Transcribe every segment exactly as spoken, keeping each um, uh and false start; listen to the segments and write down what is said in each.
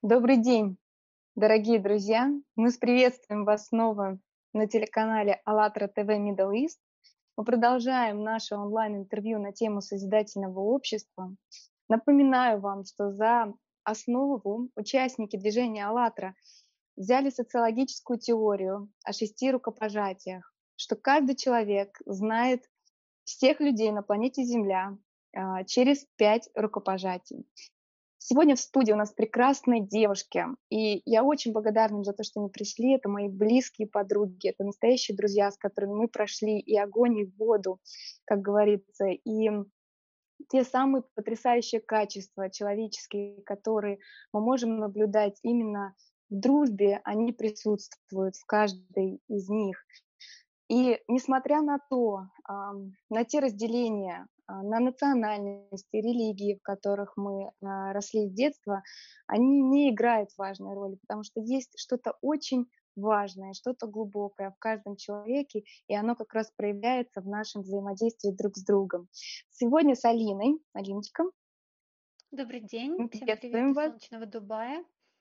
Добрый день, дорогие друзья! Мы с приветствуем вас снова на телеканале АЛЛАТРА ТВ Middle East. Мы продолжаем наше онлайн-интервью на тему созидательного общества. Напоминаю вам, что за основу участники движения «АЛЛАТРА» взяли социологическую теорию о шести рукопожатиях, что каждый человек знает всех людей на планете Земля а, через пять рукопожатий. Сегодня в студии у нас прекрасные девушки, и я очень благодарна им за то, что они пришли. Это мои близкие подруги, это настоящие друзья, с которыми мы прошли и огонь, и воду, как говорится, и те самые потрясающие качества человеческие, которые мы можем наблюдать именно в дружбе, они присутствуют в каждой из них. И несмотря на то, ам, на те разделения, а, на национальности, религии, в которых мы а, росли с детства, они не играют важной роли, потому что есть что-то очень важное, что-то глубокое в каждом человеке, и оно как раз проявляется в нашем взаимодействии друг с другом. Сегодня с Алиной, Алиночка, Добрый день, мы всем привет приветствуем из вас. солнечного Дубая.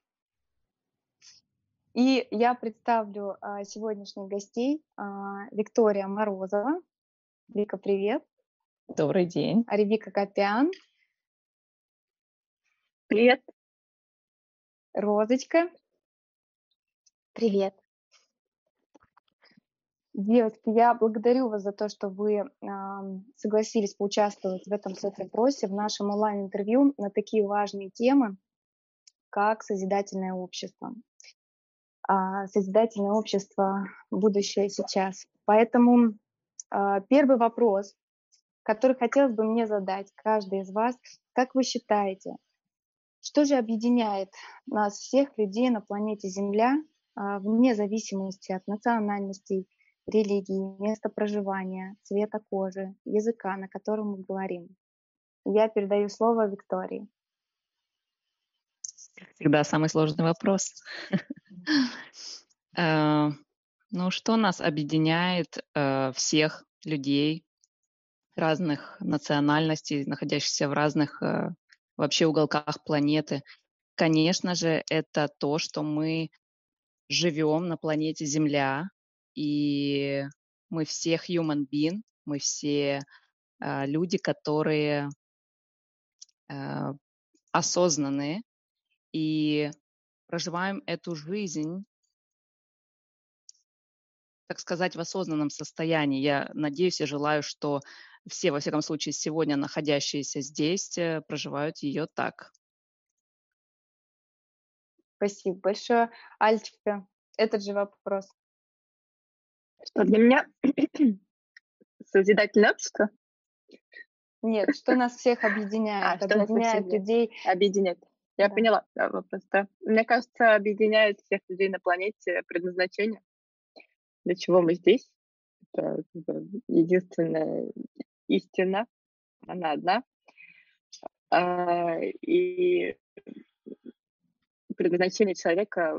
И я представлю а, сегодняшних гостей. А, Виктория Морозова. Вика, привет. Добрый день. Аревика Копян. Привет. Розочка. Привет. Девочки, я благодарю вас за то, что вы ам, согласились поучаствовать в этом соцопросе, в нашем онлайн-интервью на такие важные темы, как созидательное общество. А, созидательное общество, будущее сейчас. Поэтому а, первый вопрос, который хотелось бы мне задать каждый из вас, как вы считаете, что же объединяет нас всех людей на планете Земля, а, вне зависимости от национальностей, религии, места проживания, цвета кожи, языка, на котором мы говорим? Я передаю слово Виктории. Всегда самый сложный вопрос. Э, Ну, что нас объединяет э, всех людей разных национальностей, находящихся в разных э, вообще уголках планеты? Конечно же, это то, что мы живем на планете Земля, и мы все human being, мы все э, люди, которые э, осознанные и проживаем эту жизнь, так сказать, в осознанном состоянии. Я надеюсь и желаю, что все, во всяком случае, сегодня находящиеся здесь, э, проживают ее так. Спасибо большое. Альчика, этот же вопрос. Что для меня созидательное общество Нет, что нас всех объединяет? А, что нас Объединяет всех людей. объединяет. Я Да. поняла да, вопрос. Да. Мне кажется, объединяет всех людей на планете предназначение, для чего мы здесь. Это как бы единственная истина, она одна. А, И предназначение человека,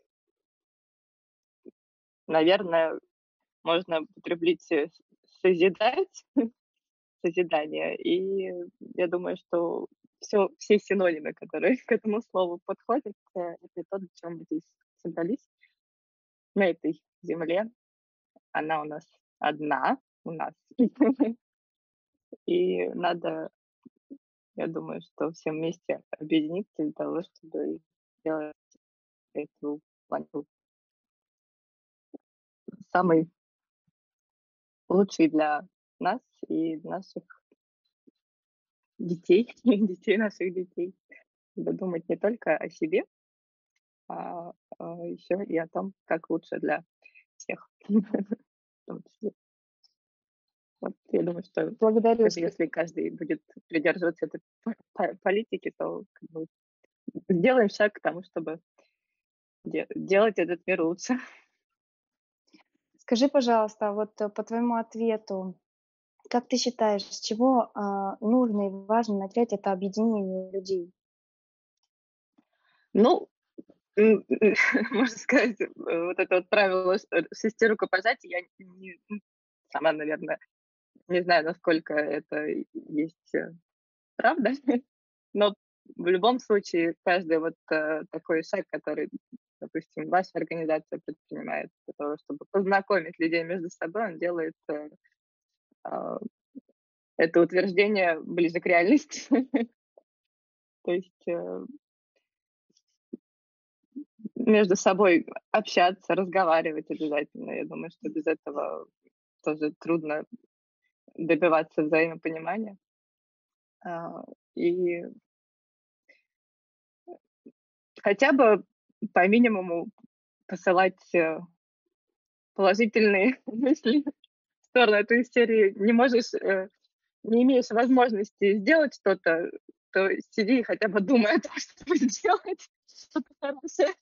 наверное, можно употребить э, созидать, созидание. И я думаю, что все, все синонимы, которые к этому слову подходят, э, это то, для чего мы здесь собрались на этой земле. Она у нас одна, у нас. И надо, я думаю, что всем вместе объединиться для того, чтобы сделать эту планету самой лучшей для нас и наших детей, детей наших детей. Надо думать не только о себе, а, а еще и о том, как лучше для всех. В том числе. Вот я думаю, что Благодарю. даже если каждый будет придерживаться этой по- по- политики, то как бы сделаем шаг к тому, чтобы де- делать этот мир лучше. Скажи, пожалуйста, вот э, по твоему ответу, как ты считаешь, с чего а, нужно и важно начать это объединение людей? Ну, м, м, можно сказать, э, вот это вот правило ш- э, шести рукопожатий, я не- м, сама, наверное, не знаю, насколько это и есть э, правда, но в любом случае каждый вот э, такой шаг, который, допустим, ваша организация предпринимает для того, чтобы познакомить людей между собой, он делает э, а, это утверждение ближе к реальности. То есть э, между собой общаться, разговаривать обязательно. Я думаю, что без этого тоже трудно добиваться взаимопонимания. А, И хотя бы по минимуму посылать э, положительные мысли в сторону этой серии. Не можешь, э, не имеешь возможности сделать что-то, то сиди и хотя бы думай о том, чтобы сделать что-то хорошее.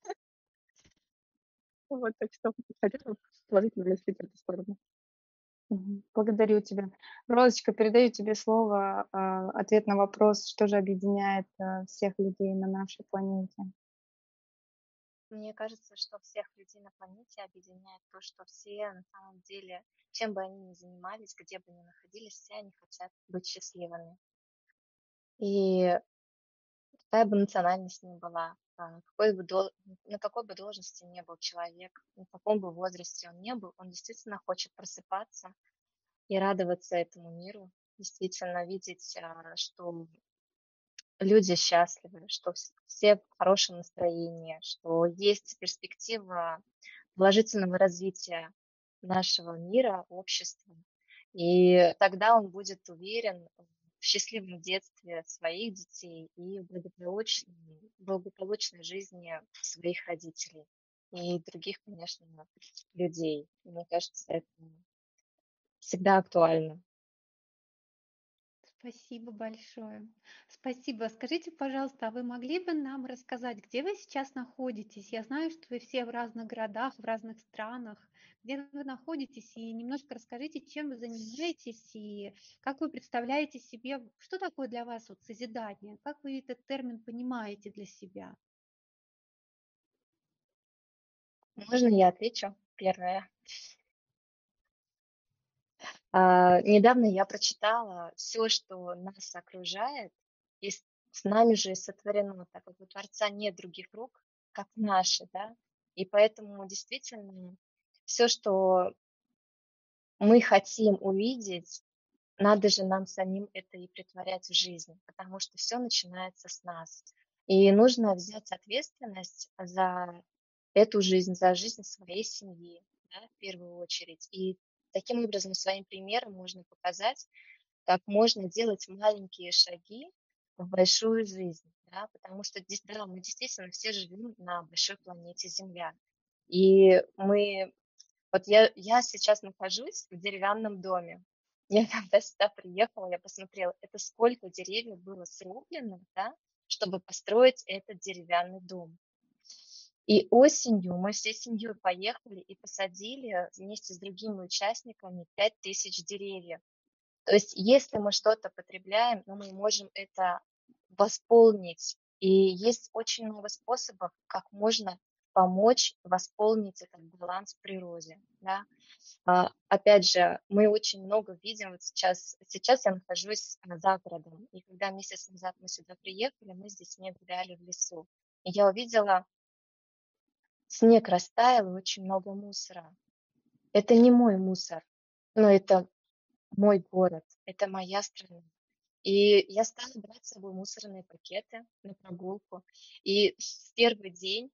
Вот, так что хотя бы положительно мыслить в эту сторону. Мгм. Благодарю тебя. Розочка, передаю тебе слово, а, ответ на вопрос, что же объединяет а, всех людей на нашей планете. Мне кажется, что всех людей на планете объединяет то, что все на самом деле, чем бы они ни занимались, где бы ни находились, все они хотят быть счастливыми. И какая бы национальность ни была, а, какой бы дол- на какой бы должности ни был человек, на каком бы возрасте он ни был, он действительно хочет просыпаться и радоваться этому миру, действительно видеть, а, что люди счастливы, что вс- все в хорошем настроении, что есть перспектива положительного развития нашего мира, общества. И тогда он будет уверен в счастливом детстве своих детей и в благополучной, благополучной жизни своих родителей и других, конечно, людей. Мне кажется, это всегда актуально. Спасибо большое. Спасибо. Скажите, пожалуйста, а вы могли бы нам рассказать, где вы сейчас находитесь? Я знаю, что вы все в разных городах, в разных странах. Где вы находитесь? И немножко расскажите, чем вы занимаетесь и как вы представляете себе, что такое для вас вот созидание? Как вы этот термин понимаете для себя? Можно я отвечу первое? А, недавно я прочитала все, что нас окружает, и с с нами же сотворено, так как у Творца нет других рук, как наши, да. И поэтому действительно все, что мы хотим увидеть, надо же нам самим это и претворять в жизнь, потому что все начинается с нас. И нужно взять ответственность за эту жизнь, за жизнь своей семьи, да, в первую очередь. И таким образом своим примером можно показать, как можно делать маленькие шаги в большую жизнь, да, потому что дес- да, мы действительно все живем на большой планете Земля. И мы, вот я, я сейчас нахожусь в деревянном доме. Я когда сюда приехала, я посмотрела, это сколько деревьев было срублено, да, чтобы построить этот деревянный дом. И осенью мы всей семьей поехали и посадили вместе с другими участниками пять тысяч деревьев. То есть если мы что-то потребляем, ну, мы можем это восполнить. И есть очень много способов, как можно помочь восполнить этот баланс в природе. Да? А, опять же, мы очень много видим вот сейчас. Сейчас я нахожусь а, за городом. И когда месяц назад мы сюда приехали, мы с детьми гуляли в лесу. И я увидела, снег растаял и очень много мусора. Это не мой мусор, но это мой город, это моя страна. И я стала брать с собой мусорные пакеты на прогулку. И в первый день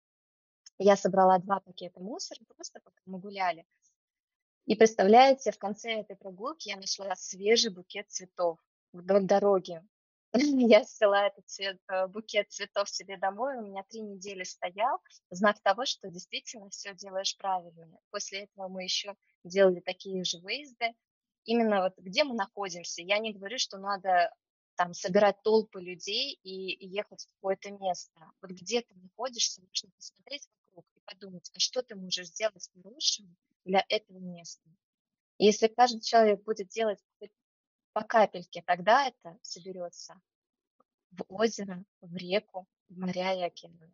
я собрала два пакета мусора, просто пока мы гуляли. И представляете, в конце этой прогулки я нашла свежий букет цветов вдоль дороги. Я взяла этот цвет, э, букет цветов себе домой, у меня три недели стоял, знак того, что действительно все делаешь правильно. После этого мы еще делали такие же выезды. Именно вот где мы находимся. Я не говорю, что надо там собирать толпы людей и, и ехать в какое-то место. Вот где ты находишься, нужно посмотреть вокруг и подумать, а что ты можешь сделать хорошего для этого места. И если каждый человек будет делать хоть по капельке, тогда это соберется в озеро, в реку, в моря и океаны.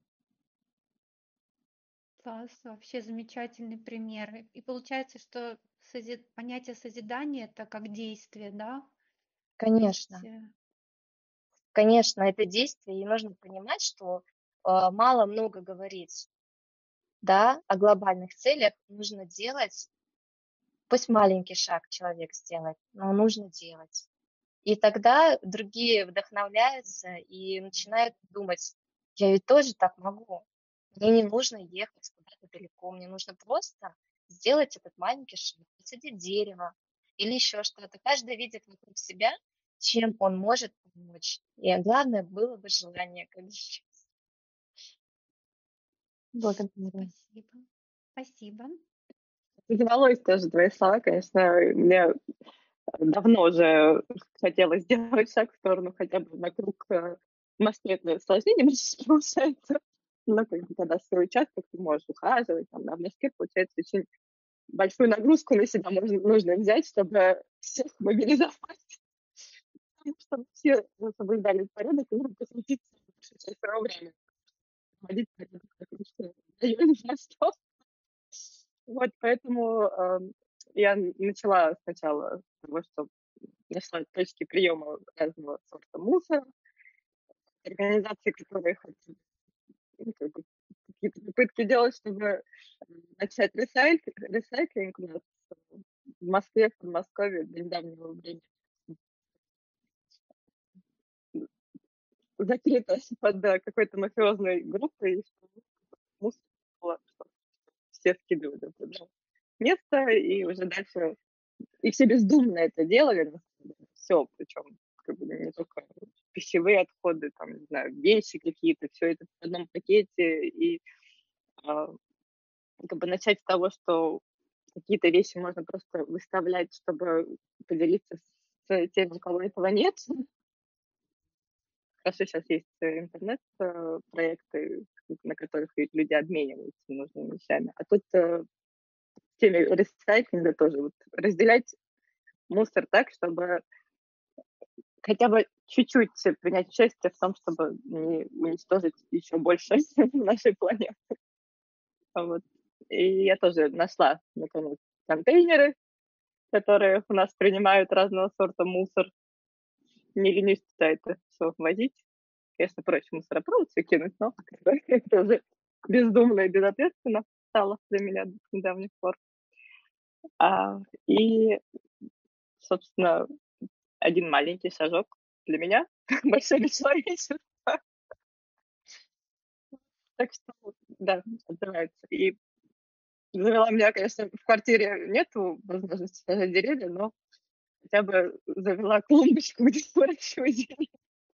Класс, вообще замечательный пример. И и получается, что сози- понятие созидания это как действие, да? То есть Конечно, э, конечно, это действие, и нужно понимать, что э, мало много говорить, да, о глобальных целях, нужно делать, пусть маленький шаг человек сделает, но нужно делать. И тогда другие вдохновляются и начинают думать, я ведь тоже так могу. Мне не нужно ехать куда-то далеко, мне нужно просто сделать этот маленький шаг, посадить дерево или еще что-то. Каждый видит вокруг себя, чем он может помочь. И главное было бы желание, как сейчас. Благодарю. Спасибо. Спасибо. Отозвалось тоже твои слова, конечно, мне давно уже хотелось сделать шаг в сторону хотя бы вокруг э, в Москве это сложнее немножко получается. Но как бы, когда свой участок, ты можешь ухаживать, там, а в Москве, получается, очень большую нагрузку на себя можно, нужно взять, чтобы всех мобилизовать, чтобы все соблюдали порядок и нужно посвятить большую часть своего времени. Водить порядок вокруг районе мостов. Вот, поэтому э, я начала сначала с того, что нашла точки приема разного сорта мусора, организации, которые хотят ну, как бы, какие-то попытки делать, чтобы э, начать ресайк- ресайклинг у нас э, в Москве, в Подмосковье до недавнего времени закрыто под э, какой-то мафиозной группой, и что мусор было, что все скидывают это да, место, и уже дальше и все бездумно это делали, все, причем как бы не только пищевые отходы, там, не знаю, вещи какие-то, все это в одном пакете, и а, как бы начать с того, что какие-то вещи можно просто выставлять, чтобы поделиться с теми, у кого этого нет. Хорошо, сейчас есть интернет-проекты, на которых люди обмениваются ненужными вещами. А тут в теме ресайклинга тоже вот разделять мусор так, чтобы хотя бы чуть-чуть принять участие в том, чтобы не уничтожить еще больше нашей планеты. Вот. И я тоже нашла, наконец, контейнеры, которые у нас принимают разного сорта мусор. Не ленюсь туда это все возить. Конечно, проще мусоропровод все кинуть, но это уже бездумно и безответственно стало для меня до недавних пор. А, и, собственно, один маленький шажок для меня, большое для человечества. Так что, да, отзывается. И завела меня, конечно, в квартире нету возможности сажать деревья, но хотя бы завела клумбочку, где выращиваю зелень.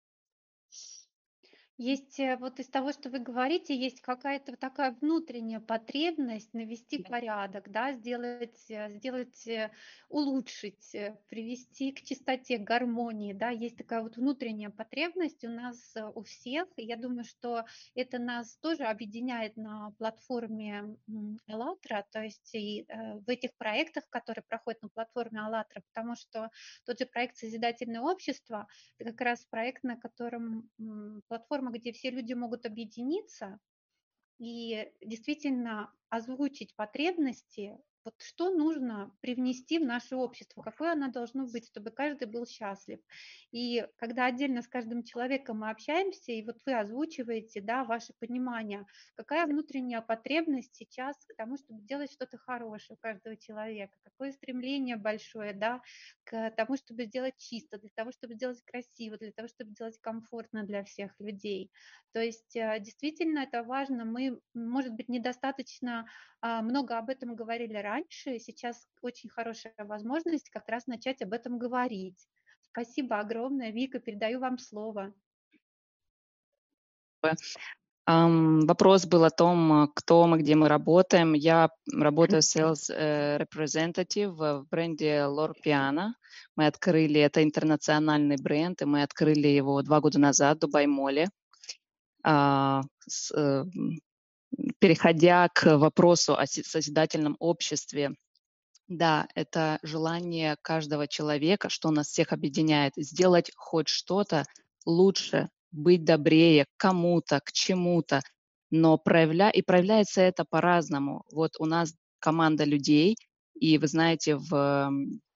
Есть э, вот из того, что вы говорите, есть какая-то такая внутренняя потребность навести Да. порядок, да, сделать, э, сделать, э, улучшить, э, привести к чистоте, к гармонии, да, есть такая вот внутренняя потребность у нас э, у всех, и я думаю, что это нас тоже объединяет на платформе м, АЛЛАТРА, то есть и э, в этих проектах, которые проходят на платформе АЛЛАТРА, потому что тот же проект «Созидательное общество», это как раз проект, на котором м, платформа, где все люди могут объединиться и действительно озвучить потребности, вот что нужно привнести в наше общество, какое оно должно быть, чтобы каждый был счастлив. И когда отдельно с каждым человеком мы общаемся, и вот вы озвучиваете, да, ваше понимание, какая внутренняя потребность сейчас к тому, чтобы делать что-то хорошее у каждого человека, какое стремление большое, да, к тому, чтобы сделать чисто, для того, чтобы сделать красиво, для того, чтобы сделать комфортно для всех людей. То есть э, действительно это важно. Мы, может быть, недостаточно а, много об этом говорили раньше. Сейчас очень хорошая возможность как раз начать об этом говорить. Спасибо огромное. Вика, передаю вам слово. Ам, Вопрос был о том, а, кто мы, где мы работаем. Я работаю sales э, representative в бренде Loro Piana. Мы открыли, это интернациональный бренд, и мы открыли его два года назад в Дубай-моле. А, с, э, м, Переходя к вопросу о си- созидательном обществе, да, это желание каждого человека, что нас всех объединяет, сделать хоть что-то лучше, быть добрее к кому-то, к чему-то, но проявля... и проявляется это по-разному. Вот у нас команда людей, и вы знаете, в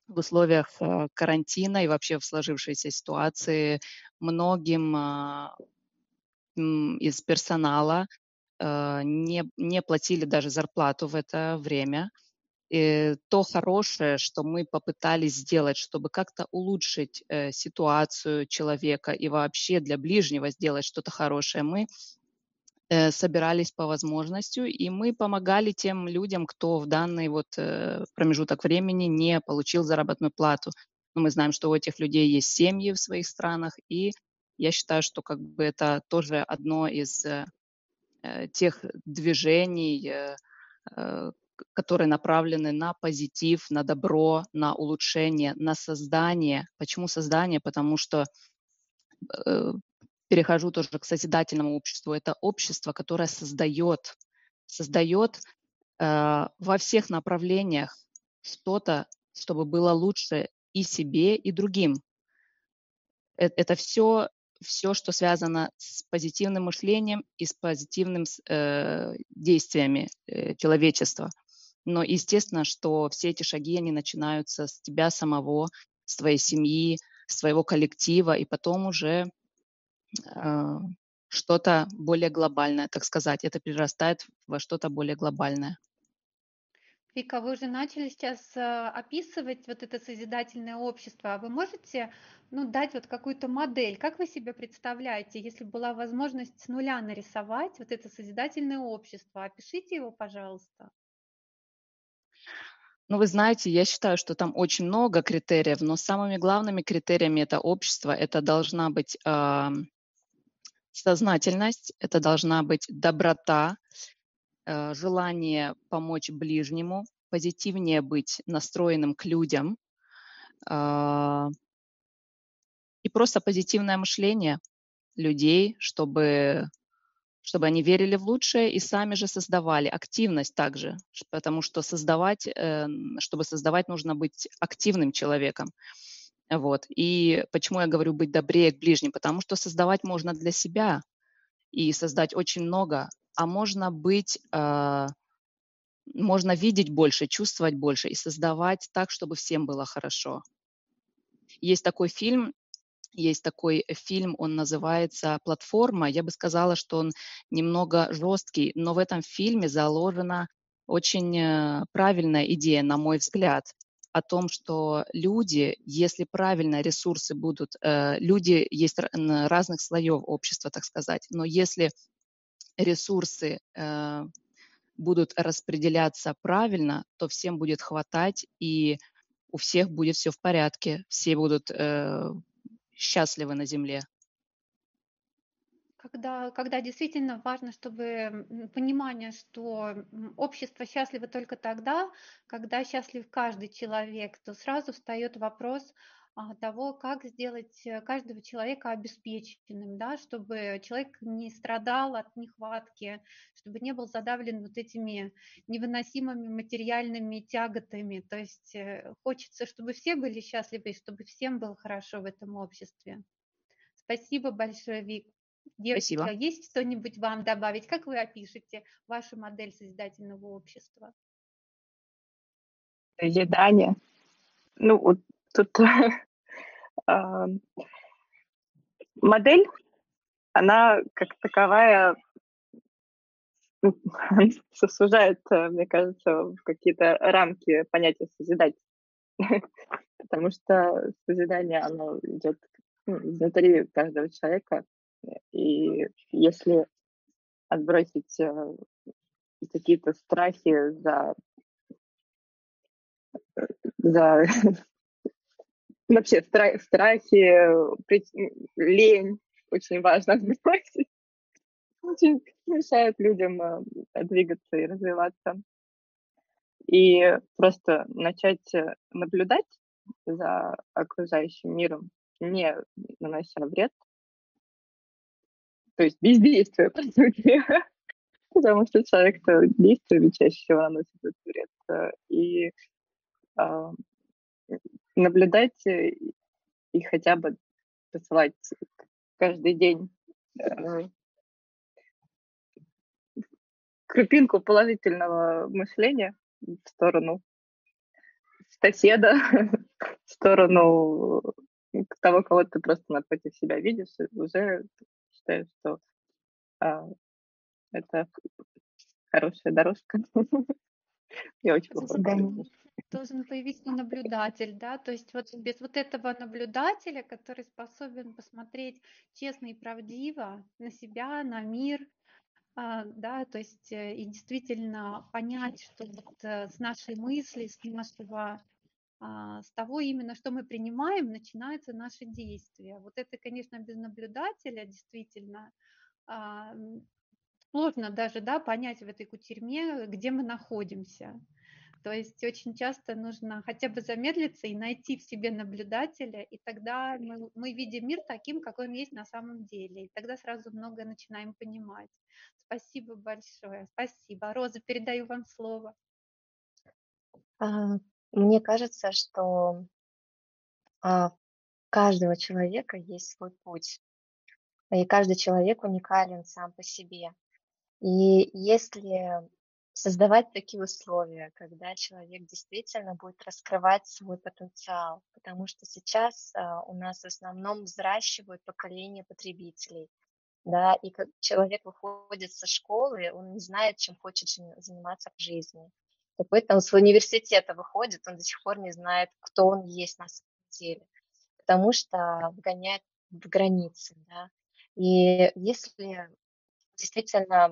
в условиях э, карантина и вообще в сложившейся ситуации многим а, м, из персонала э, не, не платили даже зарплату в это время. И то хорошее, что мы попытались сделать, чтобы как-то улучшить э, ситуацию человека и вообще для ближнего сделать что-то хорошее, мы э, собирались по возможности, и мы помогали тем людям, кто в данный вот э, промежуток времени не получил заработную плату. Но мы знаем, что у этих людей есть семьи в своих странах, и я считаю, что как бы это тоже одно из э, э, тех движений, э, э, к- которые направлены на позитив, на добро, на улучшение, на создание. Почему создание? Потому что э, перехожу тоже к созидательному обществу. Это общество, которое создает, создает э, во всех направлениях что-то, чтобы было лучше и себе, и другим. Э- Это все, все, что связано с позитивным мышлением и с позитивными э, действиями э, человечества. Но естественно, что все эти шаги, они начинаются с тебя самого, с твоей семьи, с твоего коллектива, и потом уже э, что-то более глобальное, так сказать. Это перерастает во что-то более глобальное. Вика, вы уже начали сейчас э, описывать вот это созидательное общество. А вы можете, ну, дать вот какую-то модель? Как вы себе представляете, если бы была возможность с нуля нарисовать вот это созидательное общество? Опишите его, пожалуйста. Ну, вы знаете, я считаю, что там очень много критериев, но самыми главными критериями это общество, это должна быть э, сознательность, это должна быть доброта, э, желание помочь ближнему, позитивнее быть настроенным к людям э, и просто позитивное мышление людей, чтобы чтобы они верили в лучшее и сами же создавали. Активность также, ш- потому что создавать, э, чтобы создавать, нужно быть активным человеком. Вот. И почему я говорю быть добрее к ближним? Потому что создавать можно для себя и создать очень много, а можно быть, э, можно видеть больше, чувствовать больше и создавать так, чтобы всем было хорошо. Есть такой фильм, Есть такой фильм, он называется «Платформа». Я бы сказала, что он немного жесткий, но в этом фильме заложена очень э, правильная идея, на мой взгляд, о том, что люди, если правильно ресурсы будут, э, люди есть ра- н- разных слоев общества, так сказать, но если ресурсы э, будут распределяться правильно, то всем будет хватать, и у всех будет все в порядке, все будут э, счастливы на земле. Когда, когда действительно важно, чтобы м, понимание, что м, общество счастливо только тогда, когда счастлив каждый человек, то сразу встает вопрос а, того, как сделать э, каждого человека обеспеченным, да, чтобы человек не страдал от нехватки, чтобы не был задавлен вот этими невыносимыми материальными тяготами. То есть э, хочется, чтобы все были счастливы, и чтобы всем было хорошо в этом обществе. Спасибо большое, Вик. Девочки, Спасибо. а есть что-нибудь вам добавить? Как вы опишете вашу модель созидательного общества? Созидание. Ну, вот тут а, модель, она как таковая ну, сужает, э, мне кажется, в какие-то рамки понятия созидать. Потому что созидание, оно идет ну, изнутри каждого человека. И если отбросить э, какие-то страхи за, за вообще стра- страхи, при- лень, очень важно отбросить, очень мешает людям э, двигаться и развиваться. И просто начать э, наблюдать за окружающим миром, не нанося вред, то есть бездействие, по сути, потому что человек-то действиями чаще всего наносит этот вред. э, И а, наблюдать э, и хотя бы посылать каждый день э, крупинку положительного мышления в сторону соседа, сторону того, кого ты просто напротив себя видишь, и уже считаю, что а, это хорошая дорожка. Я очень плохо Должен, Да, произношу. должен появиться наблюдатель, да, то есть вот без вот этого наблюдателя, который способен посмотреть честно и правдиво на себя, на мир, а, да, то есть э, и действительно понять, что вот э, с нашей мысли, с нашего, а, с того именно, что мы принимаем, начинается наше действие. Вот это, конечно, без наблюдателя действительно а, м, сложно даже, да, понять в этой кутерьме, где мы находимся. То есть очень часто нужно хотя бы замедлиться и найти в себе наблюдателя, и тогда мы, мы видим мир таким, какой он есть на самом деле. И тогда сразу многое начинаем понимать. Спасибо большое. Спасибо. Роза, передаю вам слово. А, Мне кажется, что а, у каждого человека есть свой путь, и каждый человек уникален сам по себе. И если создавать такие условия, когда человек действительно будет раскрывать свой потенциал, потому что сейчас а, у нас в основном взращивают поколение потребителей, да, и как человек выходит со школы, он не знает, чем хочет жи- заниматься в жизни. Какой там с университета выходит, он до сих пор не знает, кто он есть на самом деле, потому что вгоняет в границы, да. И если действительно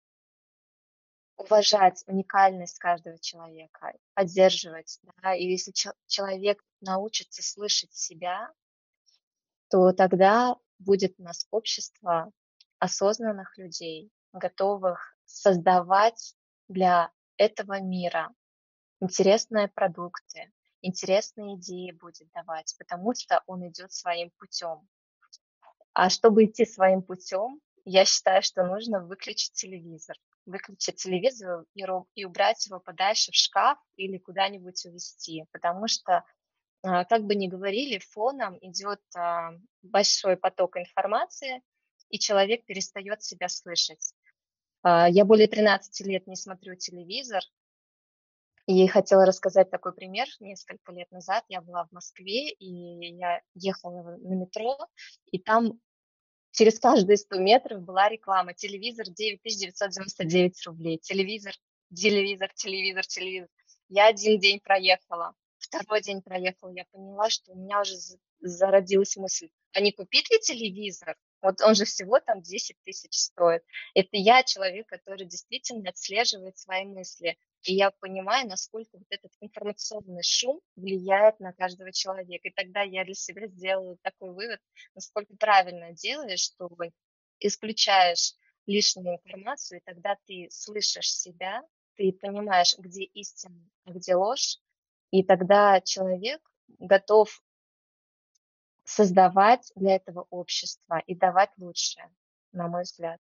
уважать уникальность каждого человека, поддерживать, да, и если чел- человек научится слышать себя, то тогда будет у нас общество осознанных людей, готовых создавать для этого мира интересные продукты, интересные идеи будет давать, потому что он идет своим путем. А чтобы идти своим путем, я считаю, что нужно выключить телевизор. Выключить телевизор и, ру- и убрать его подальше в шкаф или куда-нибудь увезти, потому что а, как бы ни говорили, фоном идет а, большой поток информации, и человек перестает себя слышать. А, Я более тринадцати лет не смотрю телевизор, и хотела рассказать такой пример. Несколько лет назад я была в Москве, и я ехала на метро, и там через каждые сто метров была реклама. Телевизор девять тысяч девятьсот девяносто девять рублей. Телевизор, телевизор, телевизор, телевизор. Я один день проехала, второй день проехала. Я поняла, что у меня уже з- зародилась мысль, а не купить ли телевизор? Вот он же всего там десять тысяч стоит. Это я человек, который действительно отслеживает свои мысли. И я понимаю, насколько вот этот информационный шум влияет на каждого человека. И тогда я для себя сделала такой вывод, насколько правильно делаешь, что исключаешь лишнюю информацию, и тогда ты слышишь себя, ты понимаешь, где истина, а где ложь, и тогда человек готов создавать для этого общества и давать лучшее, на мой взгляд.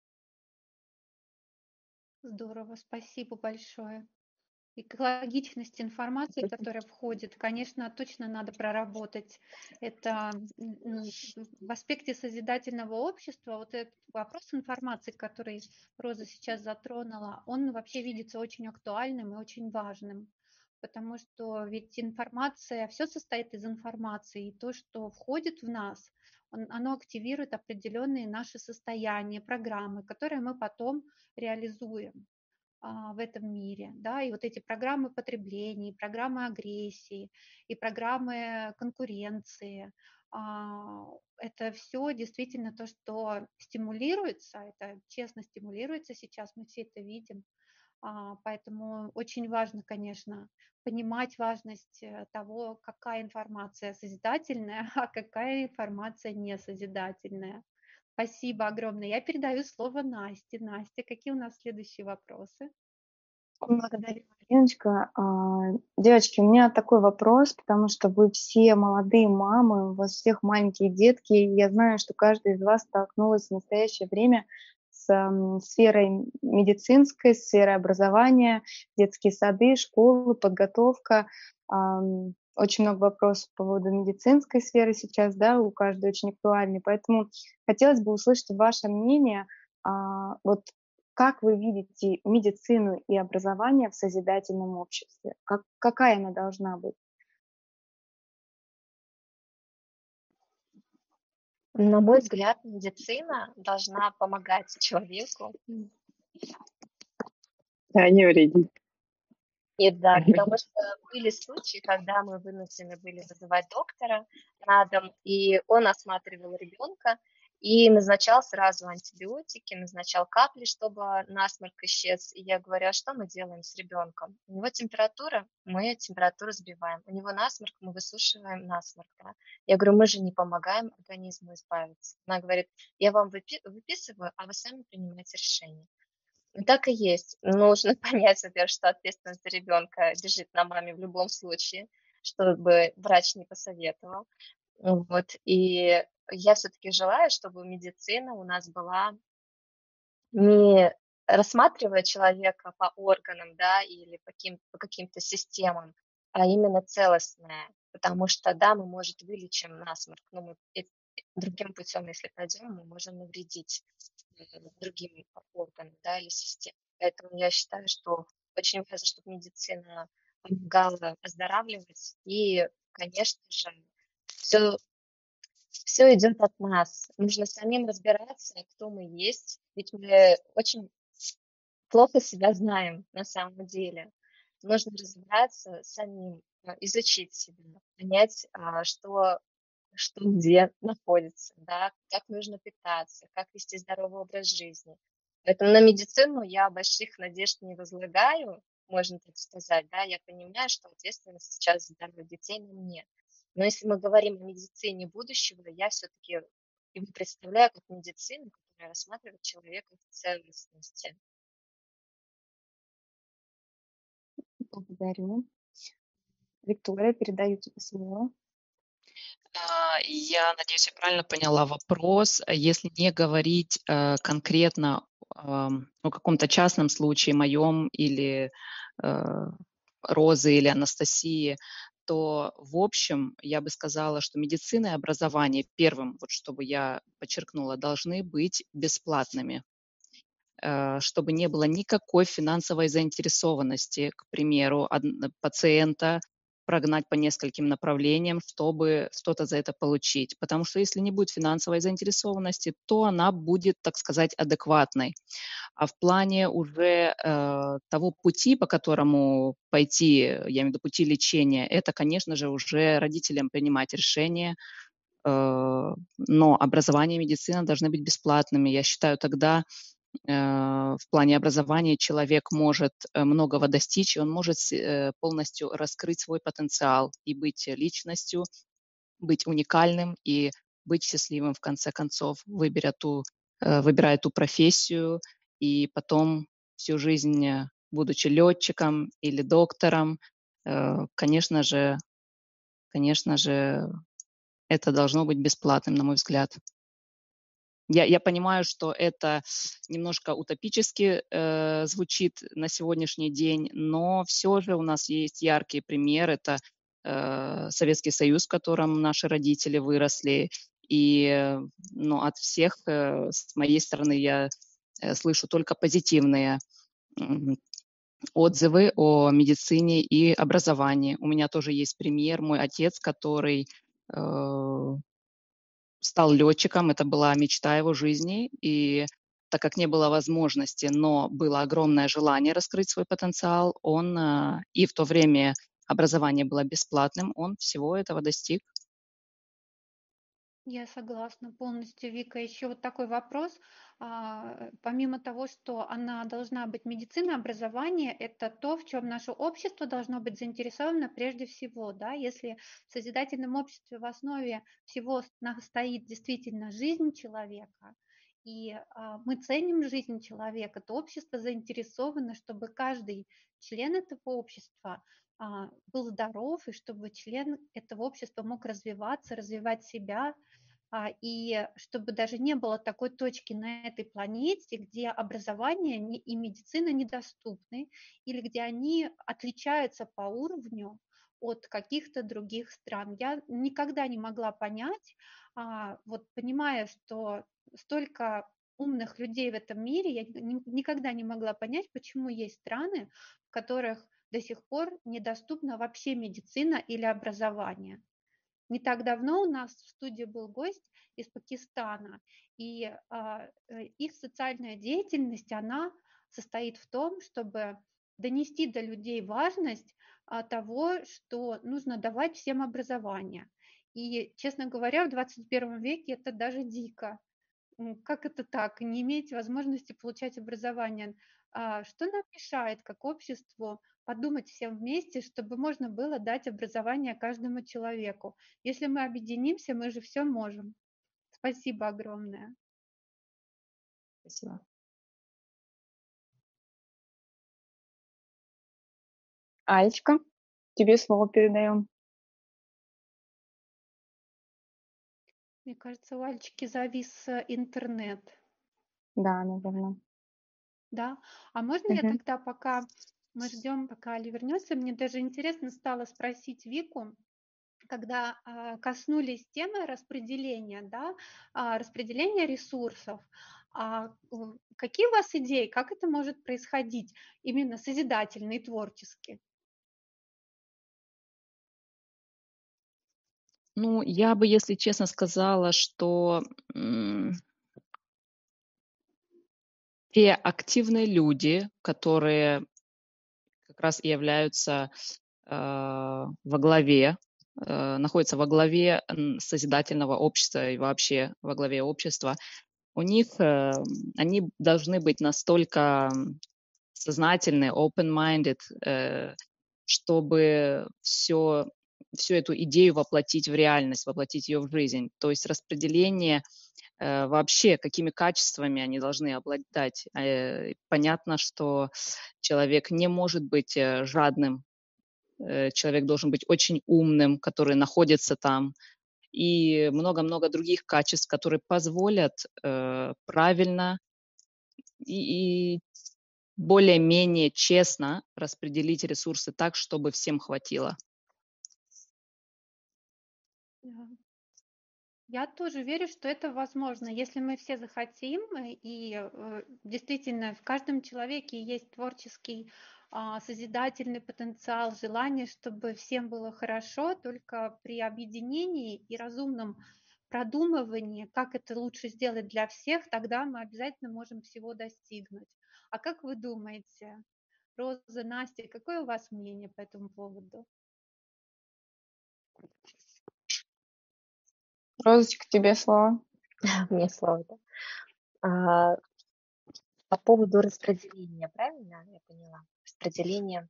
Здорово, спасибо большое. Экологичность информации, которая входит, конечно, точно надо проработать. Это м, м, в аспекте созидательного общества, вот этот вопрос информации, который Роза сейчас затронула, он вообще видится очень актуальным и очень важным, потому что ведь информация, все состоит из информации, и то, что входит в нас, он- оно активирует определенные наши состояния, программы, которые мы потом реализуем а, в этом мире, да, и вот эти программы потребления, и программы агрессии, и программы конкуренции, а, это все действительно то, что стимулируется, это честно стимулируется сейчас, мы все это видим, а, поэтому очень важно, конечно, понимать важность э, того, какая информация созидательная, а какая информация не созидательная. Спасибо огромное. Я передаю слово Насте. Настя, какие у нас следующие вопросы? благодарю, Леночка. А, Девочки, у меня такой вопрос, потому что вы все молодые мамы, у вас всех маленькие детки. И я знаю, что каждая из вас столкнулась в настоящее время с ам, сферой медицинской, сферой образования, детские сады, школы, подготовка. Ам, Очень много вопросов по поводу медицинской сферы сейчас, да, у каждой очень актуальны. Поэтому хотелось бы услышать ваше мнение. а, Вот как вы видите медицину и образование в созидательном обществе? Как, какая она должна быть? На мой взгляд, медицина должна помогать человеку. А не вредить. И да, потому что были случаи, когда мы вынуждены были вызывать доктора на дом, и он осматривал ребенка и назначал сразу антибиотики, назначал капли, чтобы насморк исчез. И я говорю: а что мы делаем с ребенком? У него температура, мы температуру сбиваем. У него насморк, мы высушиваем насморк. Да? Я говорю: мы же не помогаем организму избавиться. Она говорит: я вам выпи- выписываю, а вы сами принимаете решение. Ну, так и есть. Нужно понять, во-первых, что ответственность за ребенка лежит на маме в любом случае, чтобы врач не посоветовал. Вот. И я все-таки желаю, чтобы медицина у нас была не рассматривая человека по органам, да, или по, каким, по каким-то системам, а именно целостная. Потому что, да, мы, может, вылечим насморк, но мы э- другим путем, если пойдем, мы можем навредить э, другим органам, да, или системам. Поэтому я считаю, что очень важно, чтобы медицина помогала оздоравливать. И, конечно же, все все идет от нас. Нужно самим разбираться, кто мы есть. Ведь мы очень плохо себя знаем на самом деле. Нужно разобраться самим, а, изучить себя, понять, а, что, что где находится, да, как нужно питаться, как вести здоровый образ жизни. Поэтому на медицину я больших надежд не возлагаю, можно так сказать, да, я понимаю, что ответственность сейчас за здоровье детей на мне. Но если мы говорим о медицине будущего, я все-таки его представляю как медицину, которая рассматривает человека в целостности. Благодарю. Виктория, передаю тебе слово. А, Я надеюсь, я правильно поняла вопрос. Если не говорить э, конкретно ам, о каком-то частном случае, моем или э, Розы или Анастасии, то в общем я бы сказала, что медицина и образование первым, вот чтобы я подчеркнула, должны быть бесплатными, э, чтобы не было никакой финансовой заинтересованности, к примеру, од- пациента прогнать по нескольким направлениям, чтобы что-то за это получить. Потому что если не будет финансовой заинтересованности, то она будет, так сказать, адекватной. А в плане уже э, того пути, по которому пойти, я имею в виду пути лечения, это, конечно же, уже родителям принимать решение, э, но образование и медицина должны быть бесплатными. Я считаю, тогда э, в плане образования человек может э, многого достичь, и он может с- э, полностью раскрыть свой потенциал и быть личностью, быть уникальным и быть счастливым в конце концов, выбирая ту, э, выбирая ту профессию, и потом всю жизнь, э, будучи летчиком или доктором, э, конечно же, конечно же, это должно быть бесплатным, на мой взгляд. Я, я понимаю, что это немножко утопически э, звучит на сегодняшний день, но все же у нас есть яркий пример. Это э, Советский Союз, в котором наши родители выросли. И э, ну, от всех, э, с моей стороны, я э, слышу только позитивные м, отзывы о медицине и образовании. У меня тоже есть пример. Мой отец, который э, стал летчиком, это была мечта его жизни, и так как не было возможности, но было огромное желание раскрыть свой потенциал, он, а, и в то время образование было бесплатным, он всего этого достиг. Я согласна полностью, Вика. Еще вот такой вопрос. А, Помимо того, что она должна быть медицина, образование– это то, в чем наше общество должно быть заинтересовано прежде всего. Да? Если в созидательном обществе в основе всего на- стоит действительно жизнь человека, и а, мы ценим жизнь человека, то общество заинтересовано, чтобы каждый член этого общества а, был здоров, и чтобы член этого общества мог развиваться, развивать себя, а, и чтобы даже не было такой точки на этой планете, где образование не- и медицина недоступны, или где они отличаются по уровню от каких-то других стран. Я никогда не могла понять, а, вот понимая, что столько умных людей в этом мире, я ни- никогда не могла понять, почему есть страны, в которых до сих пор недоступна вообще медицина или образование. Не так давно у нас в студии был гость из Пакистана, и а, э, их социальная деятельность, она состоит в том, чтобы донести до людей важность а, того, что нужно давать всем образование. И, честно говоря, в двадцать первом веке это даже дико. М, Как это так? Не иметь возможности получать образование. А, Что нам мешает, как обществу, подумать всем вместе, чтобы можно было дать образование каждому человеку? Если мы объединимся, мы же все можем. Спасибо огромное. Спасибо. Алечка, тебе слово передаем. Мне кажется, у Альчики завис э, интернет. Да, наверное. Да? А можно я Мгм. тогда, пока мы ждем, пока Али вернется, мне даже интересно стало спросить Вику, когда а, коснулись темы распределения, да, а, распределения ресурсов, а, у- какие у вас идеи, как это может происходить именно созидательно и творчески? Ну, я бы, если честно, сказала, что м, те активные люди, которые как раз и являются э, во главе, э, находятся во главе м, созидательного общества и вообще во главе общества, у них э, они должны быть настолько м, сознательны, open-minded, э, чтобы все, всю эту идею воплотить в реальность, воплотить ее в жизнь. То есть распределение э, вообще, какими качествами они должны обладать. Э, понятно, что человек не может быть э, жадным, э, человек должен быть очень умным, который находится там, и много-много других качеств, которые позволят э, правильно и, и более-менее честно распределить ресурсы так, чтобы всем хватило. Да. Я тоже верю, что это возможно, если мы все захотим, э, и э, действительно в каждом человеке есть творческий, а, созидательный потенциал, желание, чтобы всем было хорошо, только при объединении и разумном продумывании, как это лучше сделать для всех, тогда мы обязательно можем всего достигнуть. А как вы думаете, Роза, Настя, какое у вас мнение по этому поводу? Розочка, тебе слово. Мне слово, да. А, по поводу распределения, правильно я поняла? Распределение.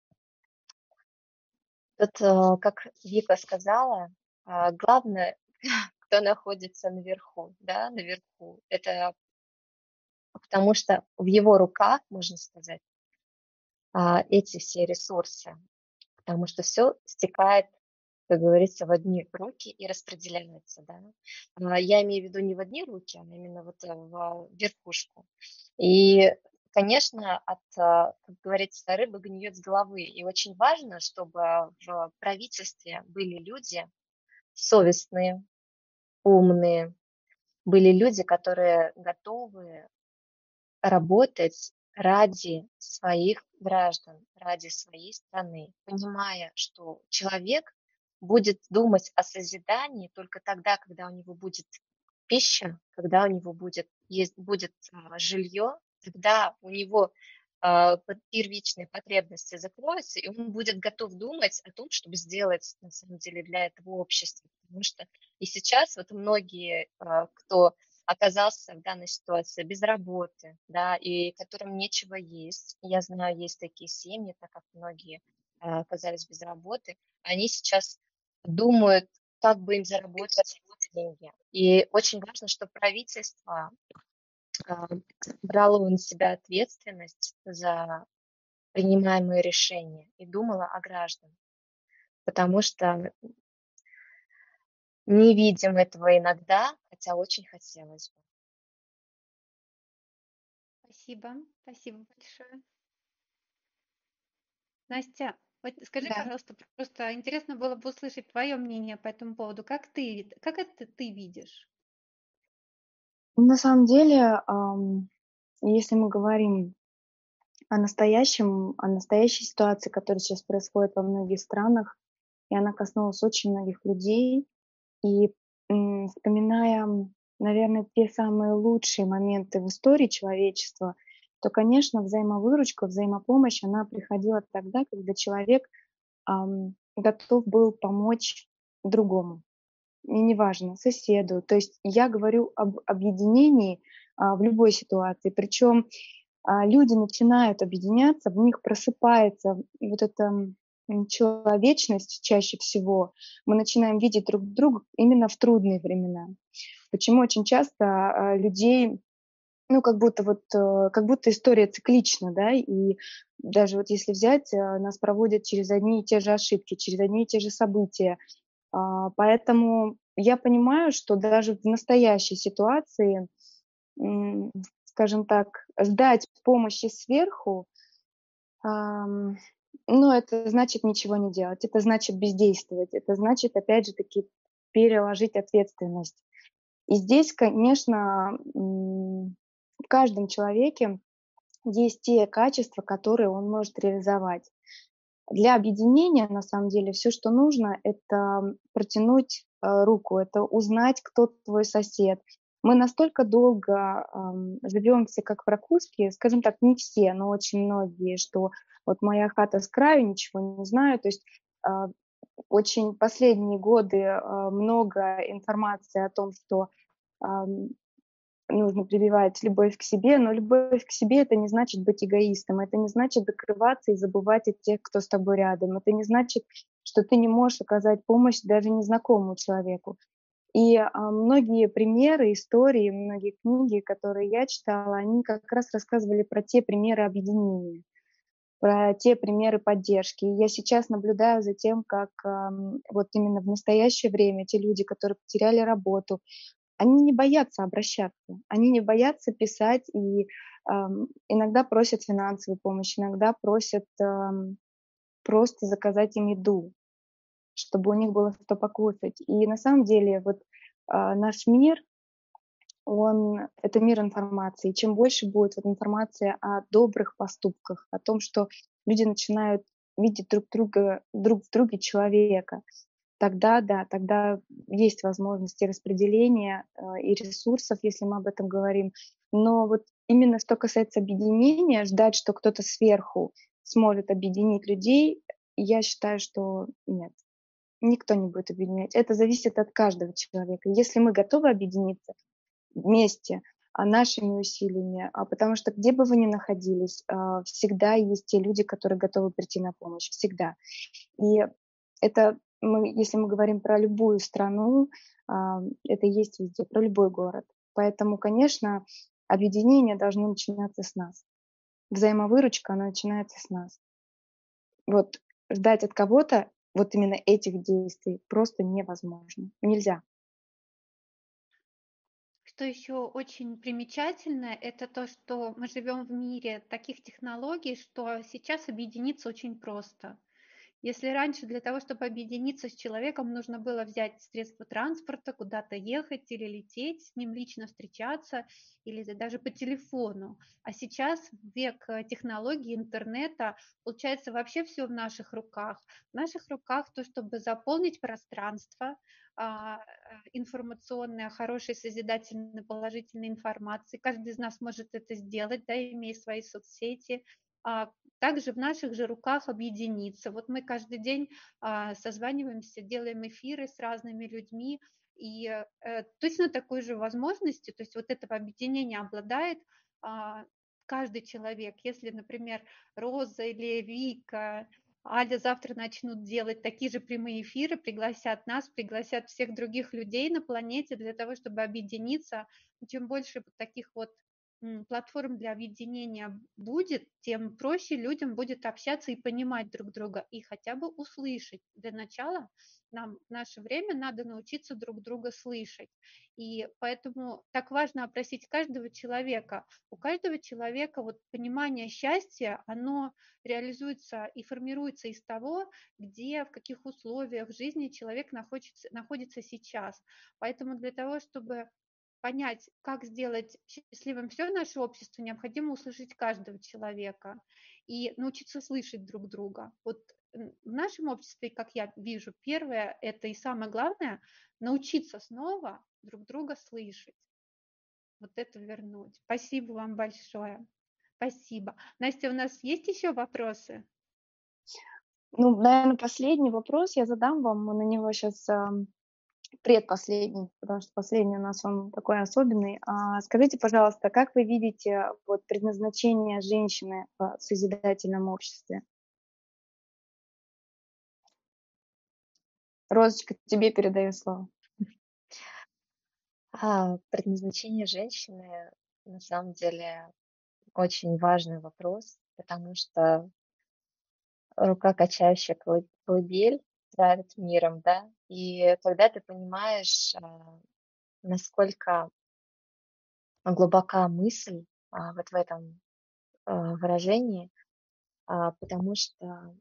Тут, э, как Вика сказала, а, главное, кто находится наверху, да, наверху. Это потому что в его руках, можно сказать, а, эти все ресурсы, потому что все стекает, как говорится, в одни руки и распределяется, да. А, Я имею в виду не в одни руки, а именно вот э, в верхушку. И, конечно, от, а, как говорится, рыба гниет с головы. И очень важно, чтобы в правительстве были люди совестные, умные, были люди, которые готовы работать ради своих граждан, ради своей страны, понимая, что человек будет думать о созидании только тогда, когда у него будет пища, когда у него будет, есть, будет а, жилье, тогда у него а, под- первичные потребности закроются, и он будет готов думать о том, чтобы сделать на самом деле для этого общества. Потому что и сейчас вот многие, а, кто оказался в данной ситуации без работы, да, и которым нечего есть. Я знаю, есть такие семьи, так как многие а, оказались без работы, они сейчас думают, как бы им заработать деньги. И очень важно, чтобы правительство а, брало на себя ответственность за принимаемые решения и думало о гражданах, потому что не видим этого иногда, хотя очень хотелось бы. Спасибо, спасибо большое. Настя, вот скажи, Да. пожалуйста, просто интересно было бы услышать твое мнение по этому поводу. Как ты, вид- как это ты видишь? На самом деле, ам, если мы говорим о настоящем, о настоящей ситуации, которая сейчас происходит во многих странах, и она коснулась очень многих людей. И м, вспоминая, наверное, те самые лучшие моменты в истории человечества, то, конечно, взаимовыручка, взаимопомощь, она приходила тогда, когда человек ам, готов был помочь другому. И неважно, соседу. То есть я говорю об объединении а, в любой ситуации. Причем а, люди начинают объединяться, в них просыпается вот эта м, человечность чаще всего. Мы начинаем видеть друг друга именно в трудные времена. Почему очень часто а, людей, ну, как будто вот, э, как будто история циклична, да, и даже вот если взять, э, нас проводят через одни и те же ошибки, через одни и те же события. А, Поэтому я понимаю, что даже в настоящей ситуации, м, скажем так, ждать помощи сверху, ам, ну, это значит ничего не делать, это значит бездействовать, это значит, опять же таки, переложить ответственность. И здесь, конечно, м, в каждом человеке есть те качества, которые он может реализовать. Для объединения, на самом деле, все, что нужно, это протянуть э, руку, это узнать, кто твой сосед. Мы настолько долго ам, живем все как в ракушке, скажем так, не все, но очень многие, что вот моя хата с краю, ничего не знаю. То есть а, очень последние годы а, много информации о том, что ам, нужно прививать любовь к себе, но любовь к себе — это не значит быть эгоистом, это не значит закрываться и забывать о тех, кто с тобой рядом, это не значит, что ты не можешь оказать помощь даже незнакомому человеку. И а, многие примеры, истории, многие книги, которые я читала, они как раз рассказывали про те примеры объединения, про те примеры поддержки. И я сейчас наблюдаю за тем, как ам, вот именно в настоящее время те люди, которые потеряли работу, они не боятся обращаться, они не боятся писать и ам, иногда просят финансовую помощь, иногда просят ам, просто заказать им еду, чтобы у них было что покушать. И на самом деле вот а, наш мир, он это мир информации. И чем больше будет вот информация о добрых поступках, о том, что люди начинают видеть друг друга, друг в друге человека, тогда да, тогда есть возможности распределения э, и ресурсов, если мы об этом говорим. Но вот именно что касается объединения, ждать, что кто-то сверху сможет объединить людей, я считаю, что нет, никто не будет объединять. Это зависит от каждого человека. Если мы готовы объединиться вместе, а нашими усилиями, а потому что где бы вы ни находились, а, всегда есть те люди, которые готовы прийти на помощь, всегда. И это мы, если мы говорим про любую страну, а, это есть везде, про любой город. Поэтому, конечно, объединения должны начинаться с нас. Взаимовыручка, она начинается с нас. Вот ждать от кого-то вот именно этих действий просто невозможно. Нельзя. Что еще очень примечательно, это то, что мы живем в мире таких технологий, что сейчас объединиться очень просто. Если раньше для того, чтобы объединиться с человеком, нужно было взять средство транспорта, куда-то ехать или лететь, с ним лично встречаться или даже по телефону. А сейчас в век э, технологий, интернета, получается вообще все в наших руках. В наших руках то, чтобы заполнить пространство а, э, информационное, хорошей, созидательной, положительной информации. Каждый из нас может это сделать, да, имея свои соцсети, а, также в наших же руках объединиться. Вот мы каждый день а, созваниваемся, делаем эфиры с разными людьми, и э, точно такой же возможностью, то есть вот этого объединения обладает а, каждый человек. Если, например, Роза или Вика, Аля завтра начнут делать такие же прямые эфиры, пригласят нас, пригласят всех других людей на планете для того, чтобы объединиться. Чем больше вот таких вот платформ для объединения будет, тем проще людям будет общаться и понимать друг друга, и хотя бы услышать. Для начала нам в наше время надо научиться друг друга слышать. И поэтому так важно опросить каждого человека. У каждого человека вот понимание счастья, оно реализуется и формируется из того, где, в каких условиях жизни человек находится, находится сейчас. Поэтому для того, чтобы понять, как сделать счастливым все наше общество, необходимо услышать каждого человека и научиться слышать друг друга. Вот в нашем обществе, как я вижу, первое это и самое главное научиться снова друг друга слышать. Вот это вернуть. Спасибо вам большое. Спасибо. Настя, у нас есть еще вопросы? Ну, наверное, последний вопрос я задам вам. Мы на него сейчас предпоследний, потому что последний у нас он такой особенный. А, скажите, пожалуйста, как вы видите вот предназначение женщины в созидательном обществе? Розочка, тебе передаю слово. А, предназначение женщины на самом деле очень важный вопрос, потому что рука, качающая колы- колыбель, правит миром, да, и когда ты понимаешь, а, насколько глубока мысль а, вот в этом а, выражении, а, потому что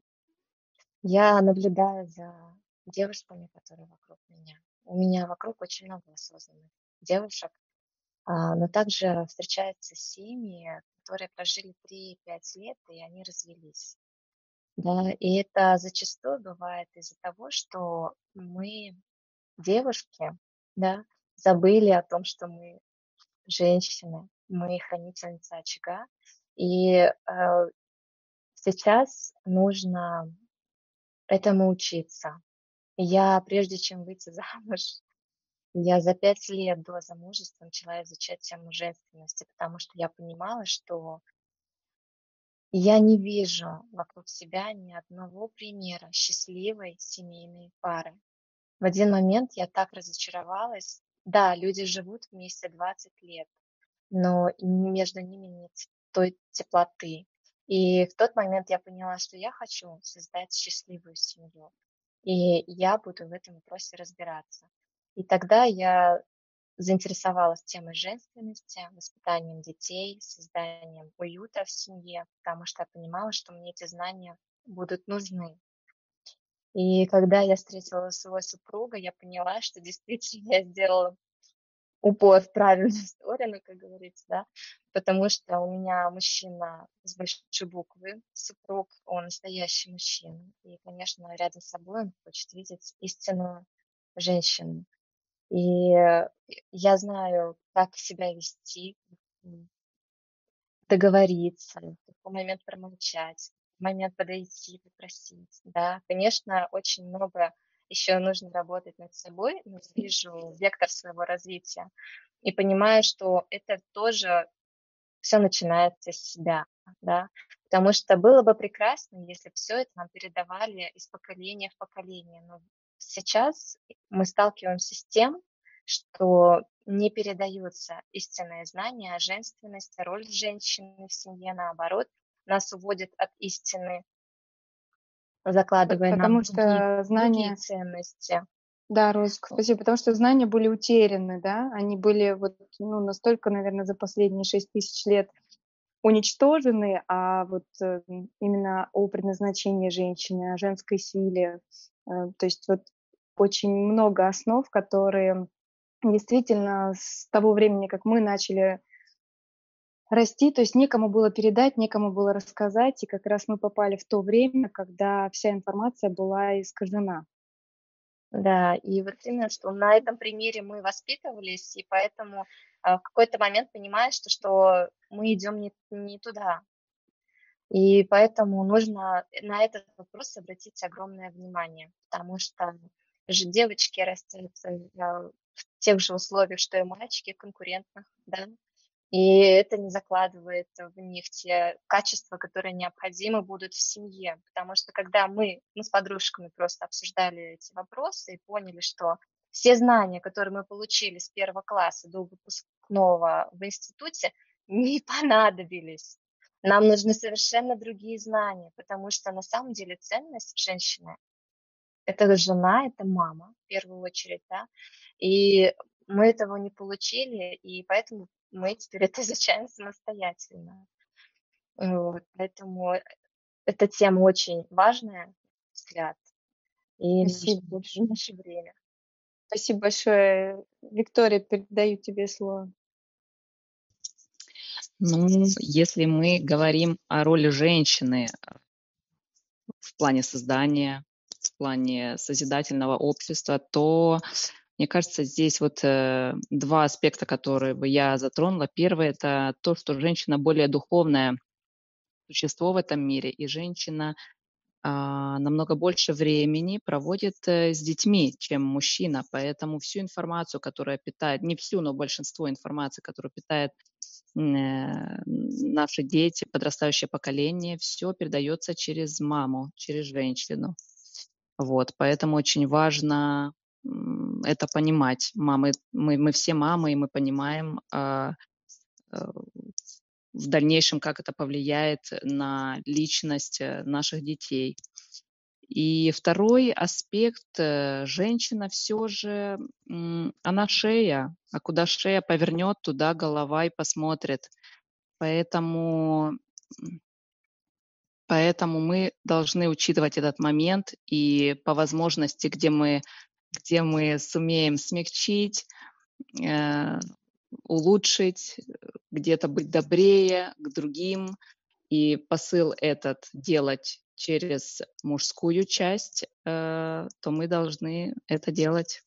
я наблюдаю за девушками, которые вокруг меня. У меня вокруг очень много осознанных девушек, а, но также встречаются семьи, которые прожили три-пять лет, и они развелись. Да, и это зачастую бывает из-за того, что мы, девушки, да, забыли о том, что мы женщины, мы хранительницы очага, и э, сейчас нужно этому учиться. Я, прежде чем выйти замуж, я за пять лет до замужества начала изучать тему женственности, потому что я понимала, что я не вижу вокруг себя ни одного примера счастливой семейной пары. В один момент я так разочаровалась. Да, люди живут вместе двадцать лет, но и между ними нет той теплоты. И в тот момент я поняла, что я хочу создать счастливую семью. И я буду в этом вопросе разбираться. И тогда я заинтересовалась темой женственности, воспитанием детей, созданием уюта в семье, потому что я понимала, что мне эти знания будут нужны. И когда я встретила своего супруга, я поняла, что действительно я сделала упор в правильную сторону, как говорится, да, потому что у меня мужчина с большой буквы, супруг, он настоящий мужчина. И, конечно, рядом с собой он хочет видеть истинную женщину. И я знаю, как себя вести, договориться, в какой момент промолчать, в момент подойти, попросить. Да, конечно, очень много еще нужно работать над собой, но вижу вектор своего развития и понимаю, что это тоже все начинается с себя, да, потому что было бы прекрасно, если все это нам передавали из поколения в поколение, но сейчас мы сталкиваемся с тем, что не передаются истинные знания о женственности, роль женщины в семье, наоборот, нас уводят от истины, закладывая нам Потому другие, что другие знания, ценности. да, Розочка, спасибо, потому что знания были утеряны, да, они были вот, ну, настолько, наверное, за последние шесть тысяч лет уничтожены, а вот э, именно о предназначении женщины, о женской силе, э, то есть вот очень много основ, которые действительно с того времени, как мы начали расти, то есть некому было передать, некому было рассказать, и как раз мы попали в то время, когда вся информация была искажена. Да, и вот именно, что на этом примере мы воспитывались, и поэтому а, в какой-то момент понимаешь, что, что мы идем не, не туда. И поэтому нужно на этот вопрос обратить огромное внимание, потому что же девочки растят э, в тех же условиях, что и мальчики, конкурентных, да, и это не закладывает в них те качества, которые необходимы будут в семье. Потому что когда мы, мы с подружками просто обсуждали эти вопросы и поняли, что все знания, которые мы получили с первого класса до выпускного в институте, не понадобились. Нам нужны совершенно другие знания, потому что на самом деле ценность женщины — это жена, это мама в первую очередь, да, и мы этого не получили, и поэтому мы теперь это изучаем самостоятельно. Вот, поэтому эта тема очень важная, на мой взгляд, и Спасибо нужна в большое. наше время. Спасибо большое. Виктория, передаю тебе слово. Ну, если мы говорим о роли женщины в плане создания, в плане созидательного общества, то, мне кажется, здесь вот э, два аспекта, которые бы я затронула. Первый – это то, что женщина более духовное существо в этом мире, и женщина а, намного больше времени проводит э, с детьми, чем мужчина. Поэтому всю информацию, которая питает, не всю, но большинство информации, которую питает м, э, наши дети, подрастающее поколение, все передается через маму, через женщину. Вот, поэтому очень важно м, это понимать. Мамы, мы, мы все мамы, и мы понимаем а, а, в дальнейшем, как это повлияет на личность э, наших детей. И второй аспект, э, женщина все же, м, она шея, а куда шея повернет, туда голова и посмотрит. Поэтому, м, поэтому мы должны учитывать этот момент и по возможности, где мы, где мы сумеем смягчить, э, улучшить, э, где-то быть добрее к другим, и посыл этот делать через мужскую часть, э, то мы должны это делать.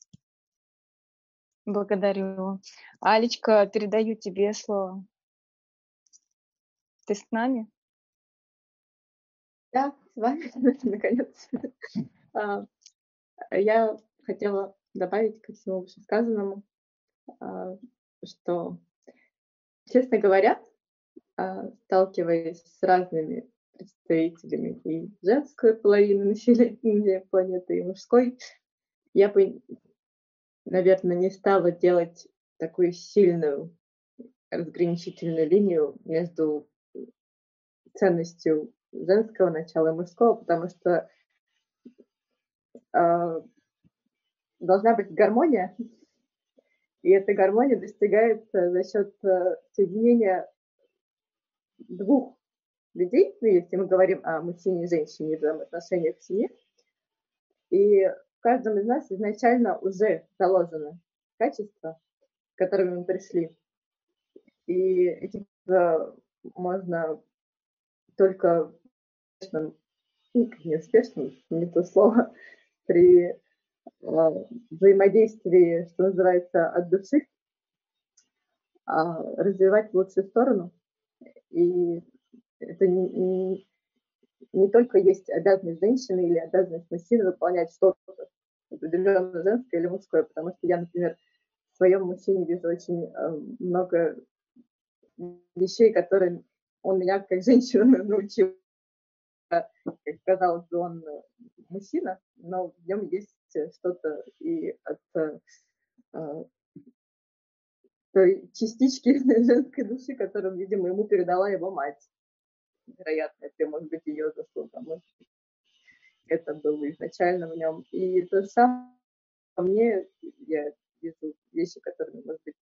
Благодарю. Алечка, передаю тебе слово. Ты с нами? Да, с вами, наконец. А, Я хотела добавить ко всему вышесказанному, а, что, честно говоря, а, сталкиваясь с разными представителями и женской половины населения планеты, и мужской, я бы, наверное, не стала делать такую сильную разграничительную линию между ценностью женского начала и мужского, потому что а, должна быть гармония, и эта гармония достигается за счет э, соединения двух людей, ну, если мы говорим о мужчине и женщине, в взаимоотношениях в семье. И в каждом из нас изначально уже заложено качества, к которым мы пришли. И эти э, можно только успешным, ну, неуспешным, не то слово, при э, взаимодействии, что называется, от души, а, развивать в лучшую сторону. И это не, не, не только есть обязанность женщины или обязанность мужчины выполнять что-то определенно женское или мужское, потому что я, например, в своем мужчине вижу очень э, много вещей, которые он меня как женщину научил. Как казалось бы, он мужчина, но в нем есть что-то и от э, той частички женской души, которую, видимо, ему передала его мать. Вероятно, это может быть ее заслуга. Может быть, это было изначально в нем. И то же самое по мне, я вижу вещи, которые, может быть,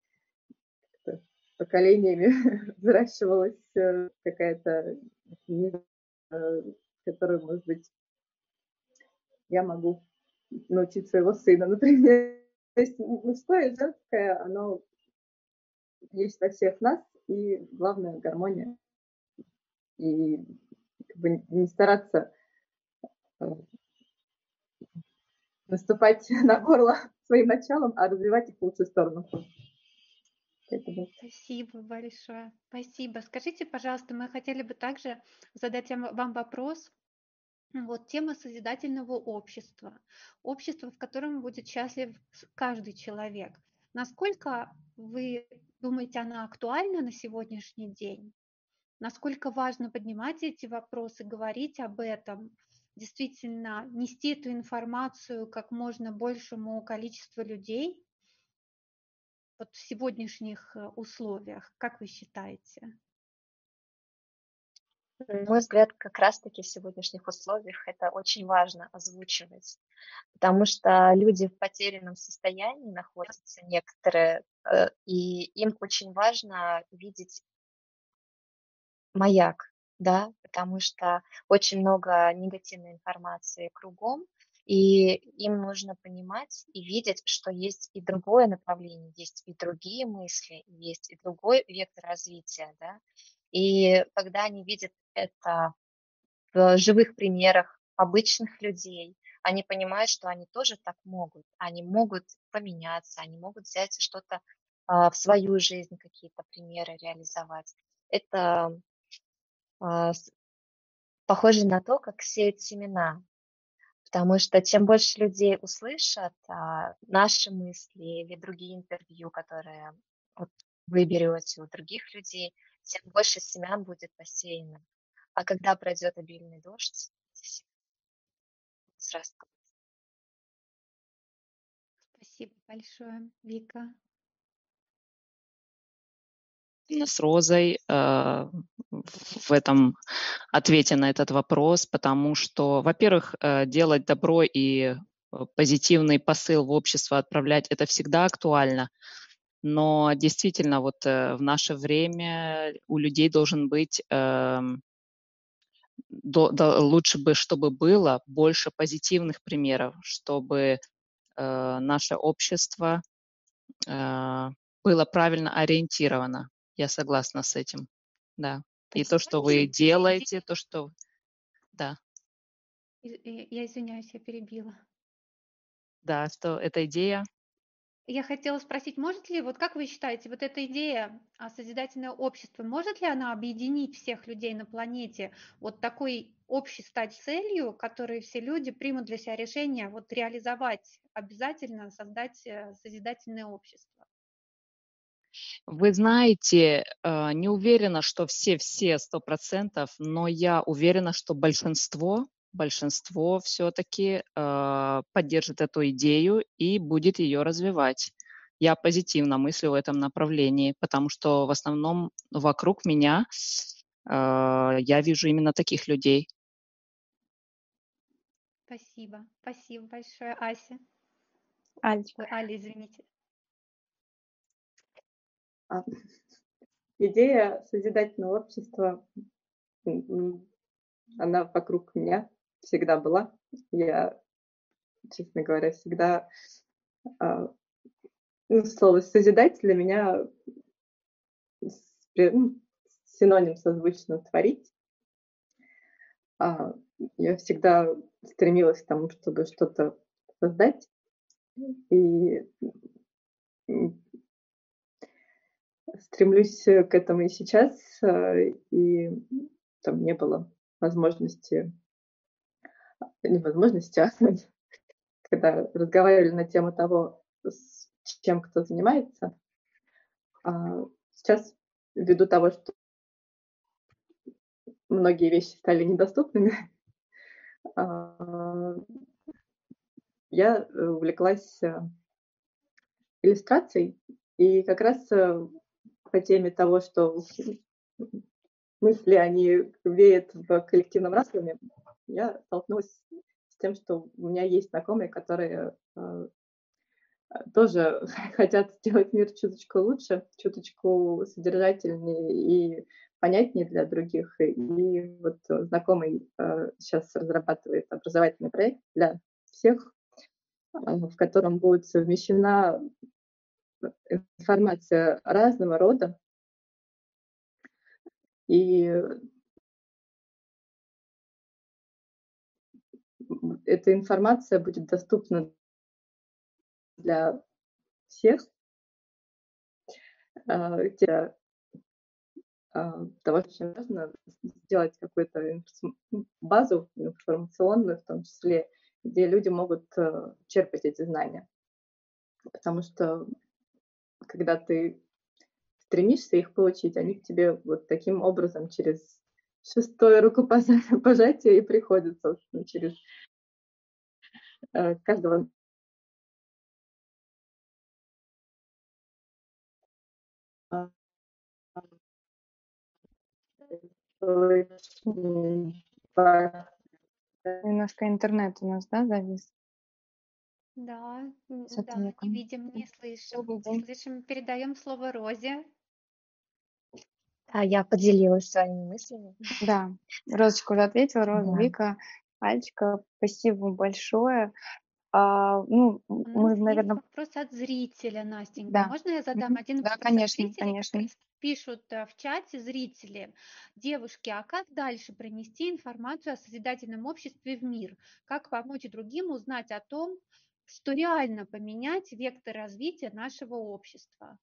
поколениями взращивалась какая-то, которую, может быть, я могу научить своего сына, например. То есть мужское и женское, оно есть во всех нас, и главное гармония. И как бы не стараться наступать на горло своим началом, а развивать их в лучшую сторону. Поэтому... Спасибо большое. Спасибо. Скажите, пожалуйста, мы хотели бы также задать вам вопрос. Вот тема созидательного общества. Общество, в котором будет счастлив каждый человек. Насколько вы думаете, она актуальна на сегодняшний день? Насколько важно поднимать эти вопросы, говорить об этом, действительно нести эту информацию как можно большему количеству людей вот в сегодняшних условиях? Как вы считаете? На мой взгляд, как раз-таки в сегодняшних условиях это очень важно озвучивать, потому что люди в потерянном состоянии находятся некоторые, и им очень важно видеть маяк, да, потому что очень много негативной информации кругом, и им нужно понимать и видеть, что есть и другое направление, есть и другие мысли, есть и другой вектор развития, да, и когда они видят это в живых примерах обычных людей. Они понимают, что они тоже так могут. Они могут поменяться, они могут взять что-то а, в свою жизнь, какие-то примеры реализовать. Это а, с- похоже на то, как сеять семена. Потому что чем больше людей услышат а, наши мысли или другие интервью, которые вот вы берете у других людей, тем больше семян будет посеяно. А когда пройдет обильный дождь, эти семена срастут. Спасибо большое, Вика. С Розой э, в этом ответе на этот вопрос, потому что, во-первых, э, делать добро и э, позитивный посыл в общество отправлять – это всегда актуально, но действительно вот э, в наше время у людей должен быть, э, до, до, лучше бы, чтобы было больше позитивных примеров, чтобы э, наше общество э, было правильно ориентировано. Я согласна с этим, да. И то, что вы делаете, то, что... Да. Я извиняюсь, я перебила. Да, что эта идея... Я хотела спросить, может ли, вот как вы считаете, вот эта идея а, созидательное общество, может ли она объединить всех людей на планете, вот такой общей стать целью, которой все люди примут для себя решение, вот реализовать, обязательно создать э, созидательное общество? Вы знаете, э, не уверена, что все-все сто процентов, но я уверена, что большинство, большинство все-таки э, поддержит эту идею и будет ее развивать. Я позитивно мыслю в этом направлении, потому что в основном вокруг меня э, я вижу именно таких людей. Спасибо, спасибо большое, Ася. Альчка. Ой, Аля, извините. А, идея созидательного общества, м, она вокруг меня всегда была. Я, честно говоря, всегда... а, ну, слово «созидать» для меня с- ну, синоним созвучно «творить». А, я всегда стремилась к тому, чтобы что-то создать. И м, стремлюсь к этому и сейчас. а, И там не было возможности, невозможности, а когда разговаривали на тему того, с чем кто занимается. А сейчас, ввиду того, что многие вещи стали недоступными, а, я э, увлеклась э, иллюстрацией. И как раз э, по теме того, что мысли, они веют в коллективном разуме, я столкнулась с тем, что у меня есть знакомые, которые э, тоже хотят сделать мир чуточку лучше, чуточку содержательнее и понятнее для других. И вот знакомый э, сейчас разрабатывает образовательный проект для всех, э, в котором будет совмещена информация разного рода. И эта информация будет доступна для всех, э, где э, того, что очень важно, сделать какую-то инф- ну, базу информационную, в том числе, где люди могут э, черпать эти знания. Потому что когда ты стремишься их получить, они к тебе вот таким образом через шестое рукопожатие и приходят, собственно, через э, каждого. Немножко интернет у нас, да, завис Да, м, с да, не ответом. видим, не слышим. Добрый день. Слышим, передаем слово Розе. А я поделилась своими мыслями. Да, Розочка уже ответила, Роза, Да. Вика, Альчика, спасибо большое. А, ну, У мы, нас есть наверное, вопрос от зрителя, Настенька. да. Можно я задам Мгм. один Да, вопрос от конечно, зрителей? Как конечно. раз пишут э, в чате зрители. Девушки, а как дальше пронести информацию о созидательном обществе в мир? Как помочь другим узнать о том, что реально поменять вектор развития нашего общества?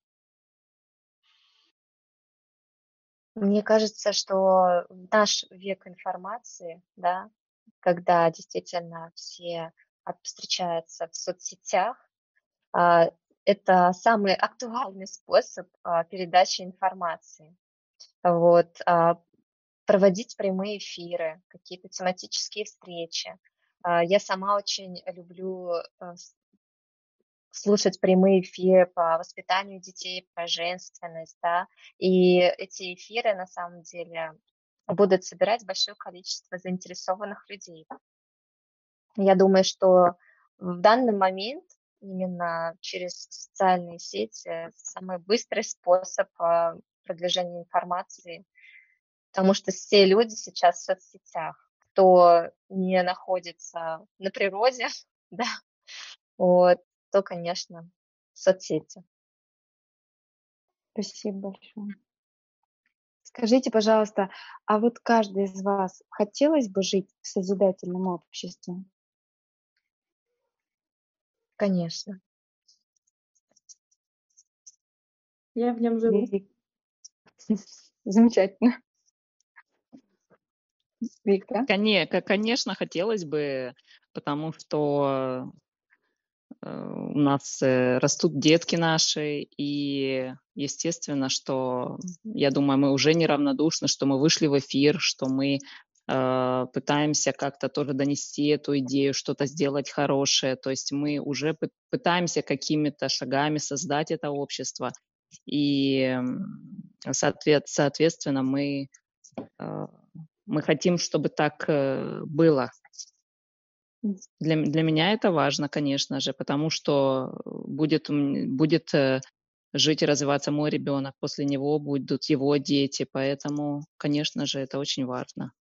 Мне кажется, что в наш век информации, да, когда действительно все от- встречаются в соцсетях, а, это самый актуальный способ а, передачи информации. Вот, а, проводить прямые эфиры, какие-то тематические встречи. А, Я сама очень люблю э, с- слушать прямые эфиры по воспитанию детей, про женственность, да, и эти эфиры на самом деле будут собирать большое количество заинтересованных людей. Я думаю, что в данный момент именно через социальные сети самый быстрый способ а, продвижения информации, потому что все люди сейчас в соцсетях, кто не находится на природе, да, вот, то, конечно, соцсети. Спасибо большое. Скажите, пожалуйста, а вот каждый из вас хотелось бы жить в созидательном обществе? Конечно. Я в нем живу. Вик- Замечательно. Виктор? Коне- ко- Конечно, хотелось бы, потому что э, у нас э, растут детки наши, и естественно, что, я думаю, мы уже неравнодушны, что мы вышли в эфир, что мы э, пытаемся как-то тоже донести эту идею, что-то сделать хорошее. То есть мы уже пы- пытаемся какими-то шагами создать это общество. И, м, соответ- соответственно, мы, э, мы хотим, чтобы так э, было. Для, м- для меня это важно, конечно же, потому что будет, м, будет э, жить и развиваться мой ребенок, после него будут его дети, поэтому, конечно же, это очень важно.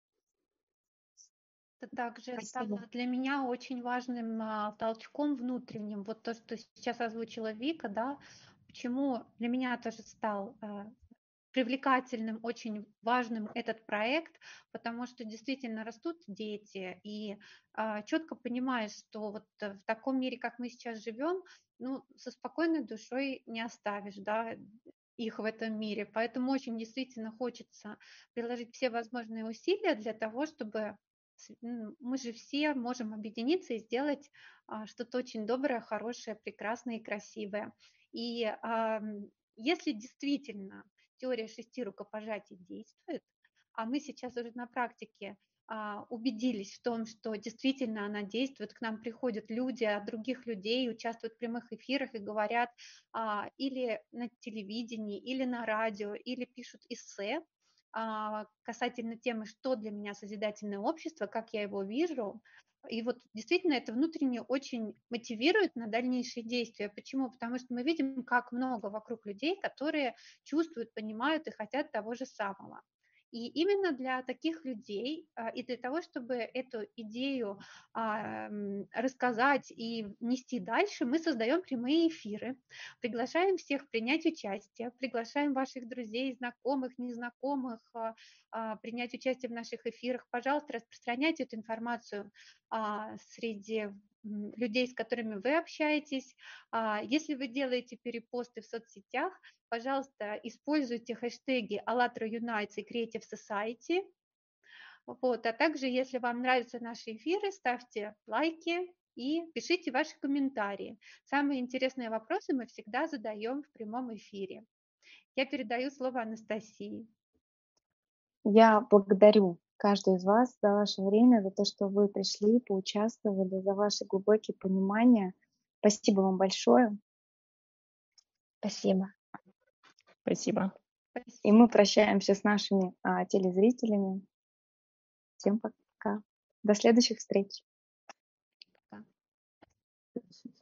Это также Спасибо. стало для меня очень важным а, толчком внутренним. Вот то, что сейчас озвучила Вика, да, почему для меня тоже стал а, привлекательным, очень важным этот проект, потому что действительно растут дети, и а, четко понимаешь, что вот э, в таком мире, как мы сейчас живем, ну, со спокойной душой не оставишь, да, их в этом мире. Поэтому очень действительно хочется приложить все возможные усилия для того, чтобы с- м, мы же все можем объединиться и сделать а, что-то очень доброе, хорошее, прекрасное и красивое. И ам, если действительно теория шести рукопожатий действует, а мы сейчас уже на практике а, убедились в том, что действительно она действует, к нам приходят люди от других людей, участвуют в прямых эфирах и говорят а, или на телевидении, или на радио, или пишут эссе а, касательно темы, что для меня созидательное общество, как я его вижу. И вот действительно это внутренне очень мотивирует на дальнейшие действия. Почему? Потому что мы видим, как много вокруг людей, которые чувствуют, понимают и хотят того же самого. И именно для таких людей а, и для того, чтобы эту идею а, м, рассказать и нести дальше, мы создаем прямые эфиры, приглашаем всех принять участие, приглашаем ваших друзей, знакомых, незнакомых а, а, принять участие в наших эфирах. Пожалуйста, распространяйте эту информацию а, среди м, людей, с которыми вы общаетесь. А, Если вы делаете перепосты в соцсетях, пожалуйста, используйте хэштеги АЛЛАТРА Unites и Creative Society. Вот. А также, если вам нравятся наши эфиры, ставьте лайки и пишите ваши комментарии. Самые интересные вопросы мы всегда задаем в прямом эфире. Я передаю слово Анастасии. Я благодарю каждую из вас за ваше время, за то, что вы пришли, поучаствовали, за ваши глубокие понимания. Спасибо вам большое. Спасибо. Спасибо. И мы Спасибо. прощаемся с нашими а, телезрителями. Всем пока. До следующих встреч. Пока.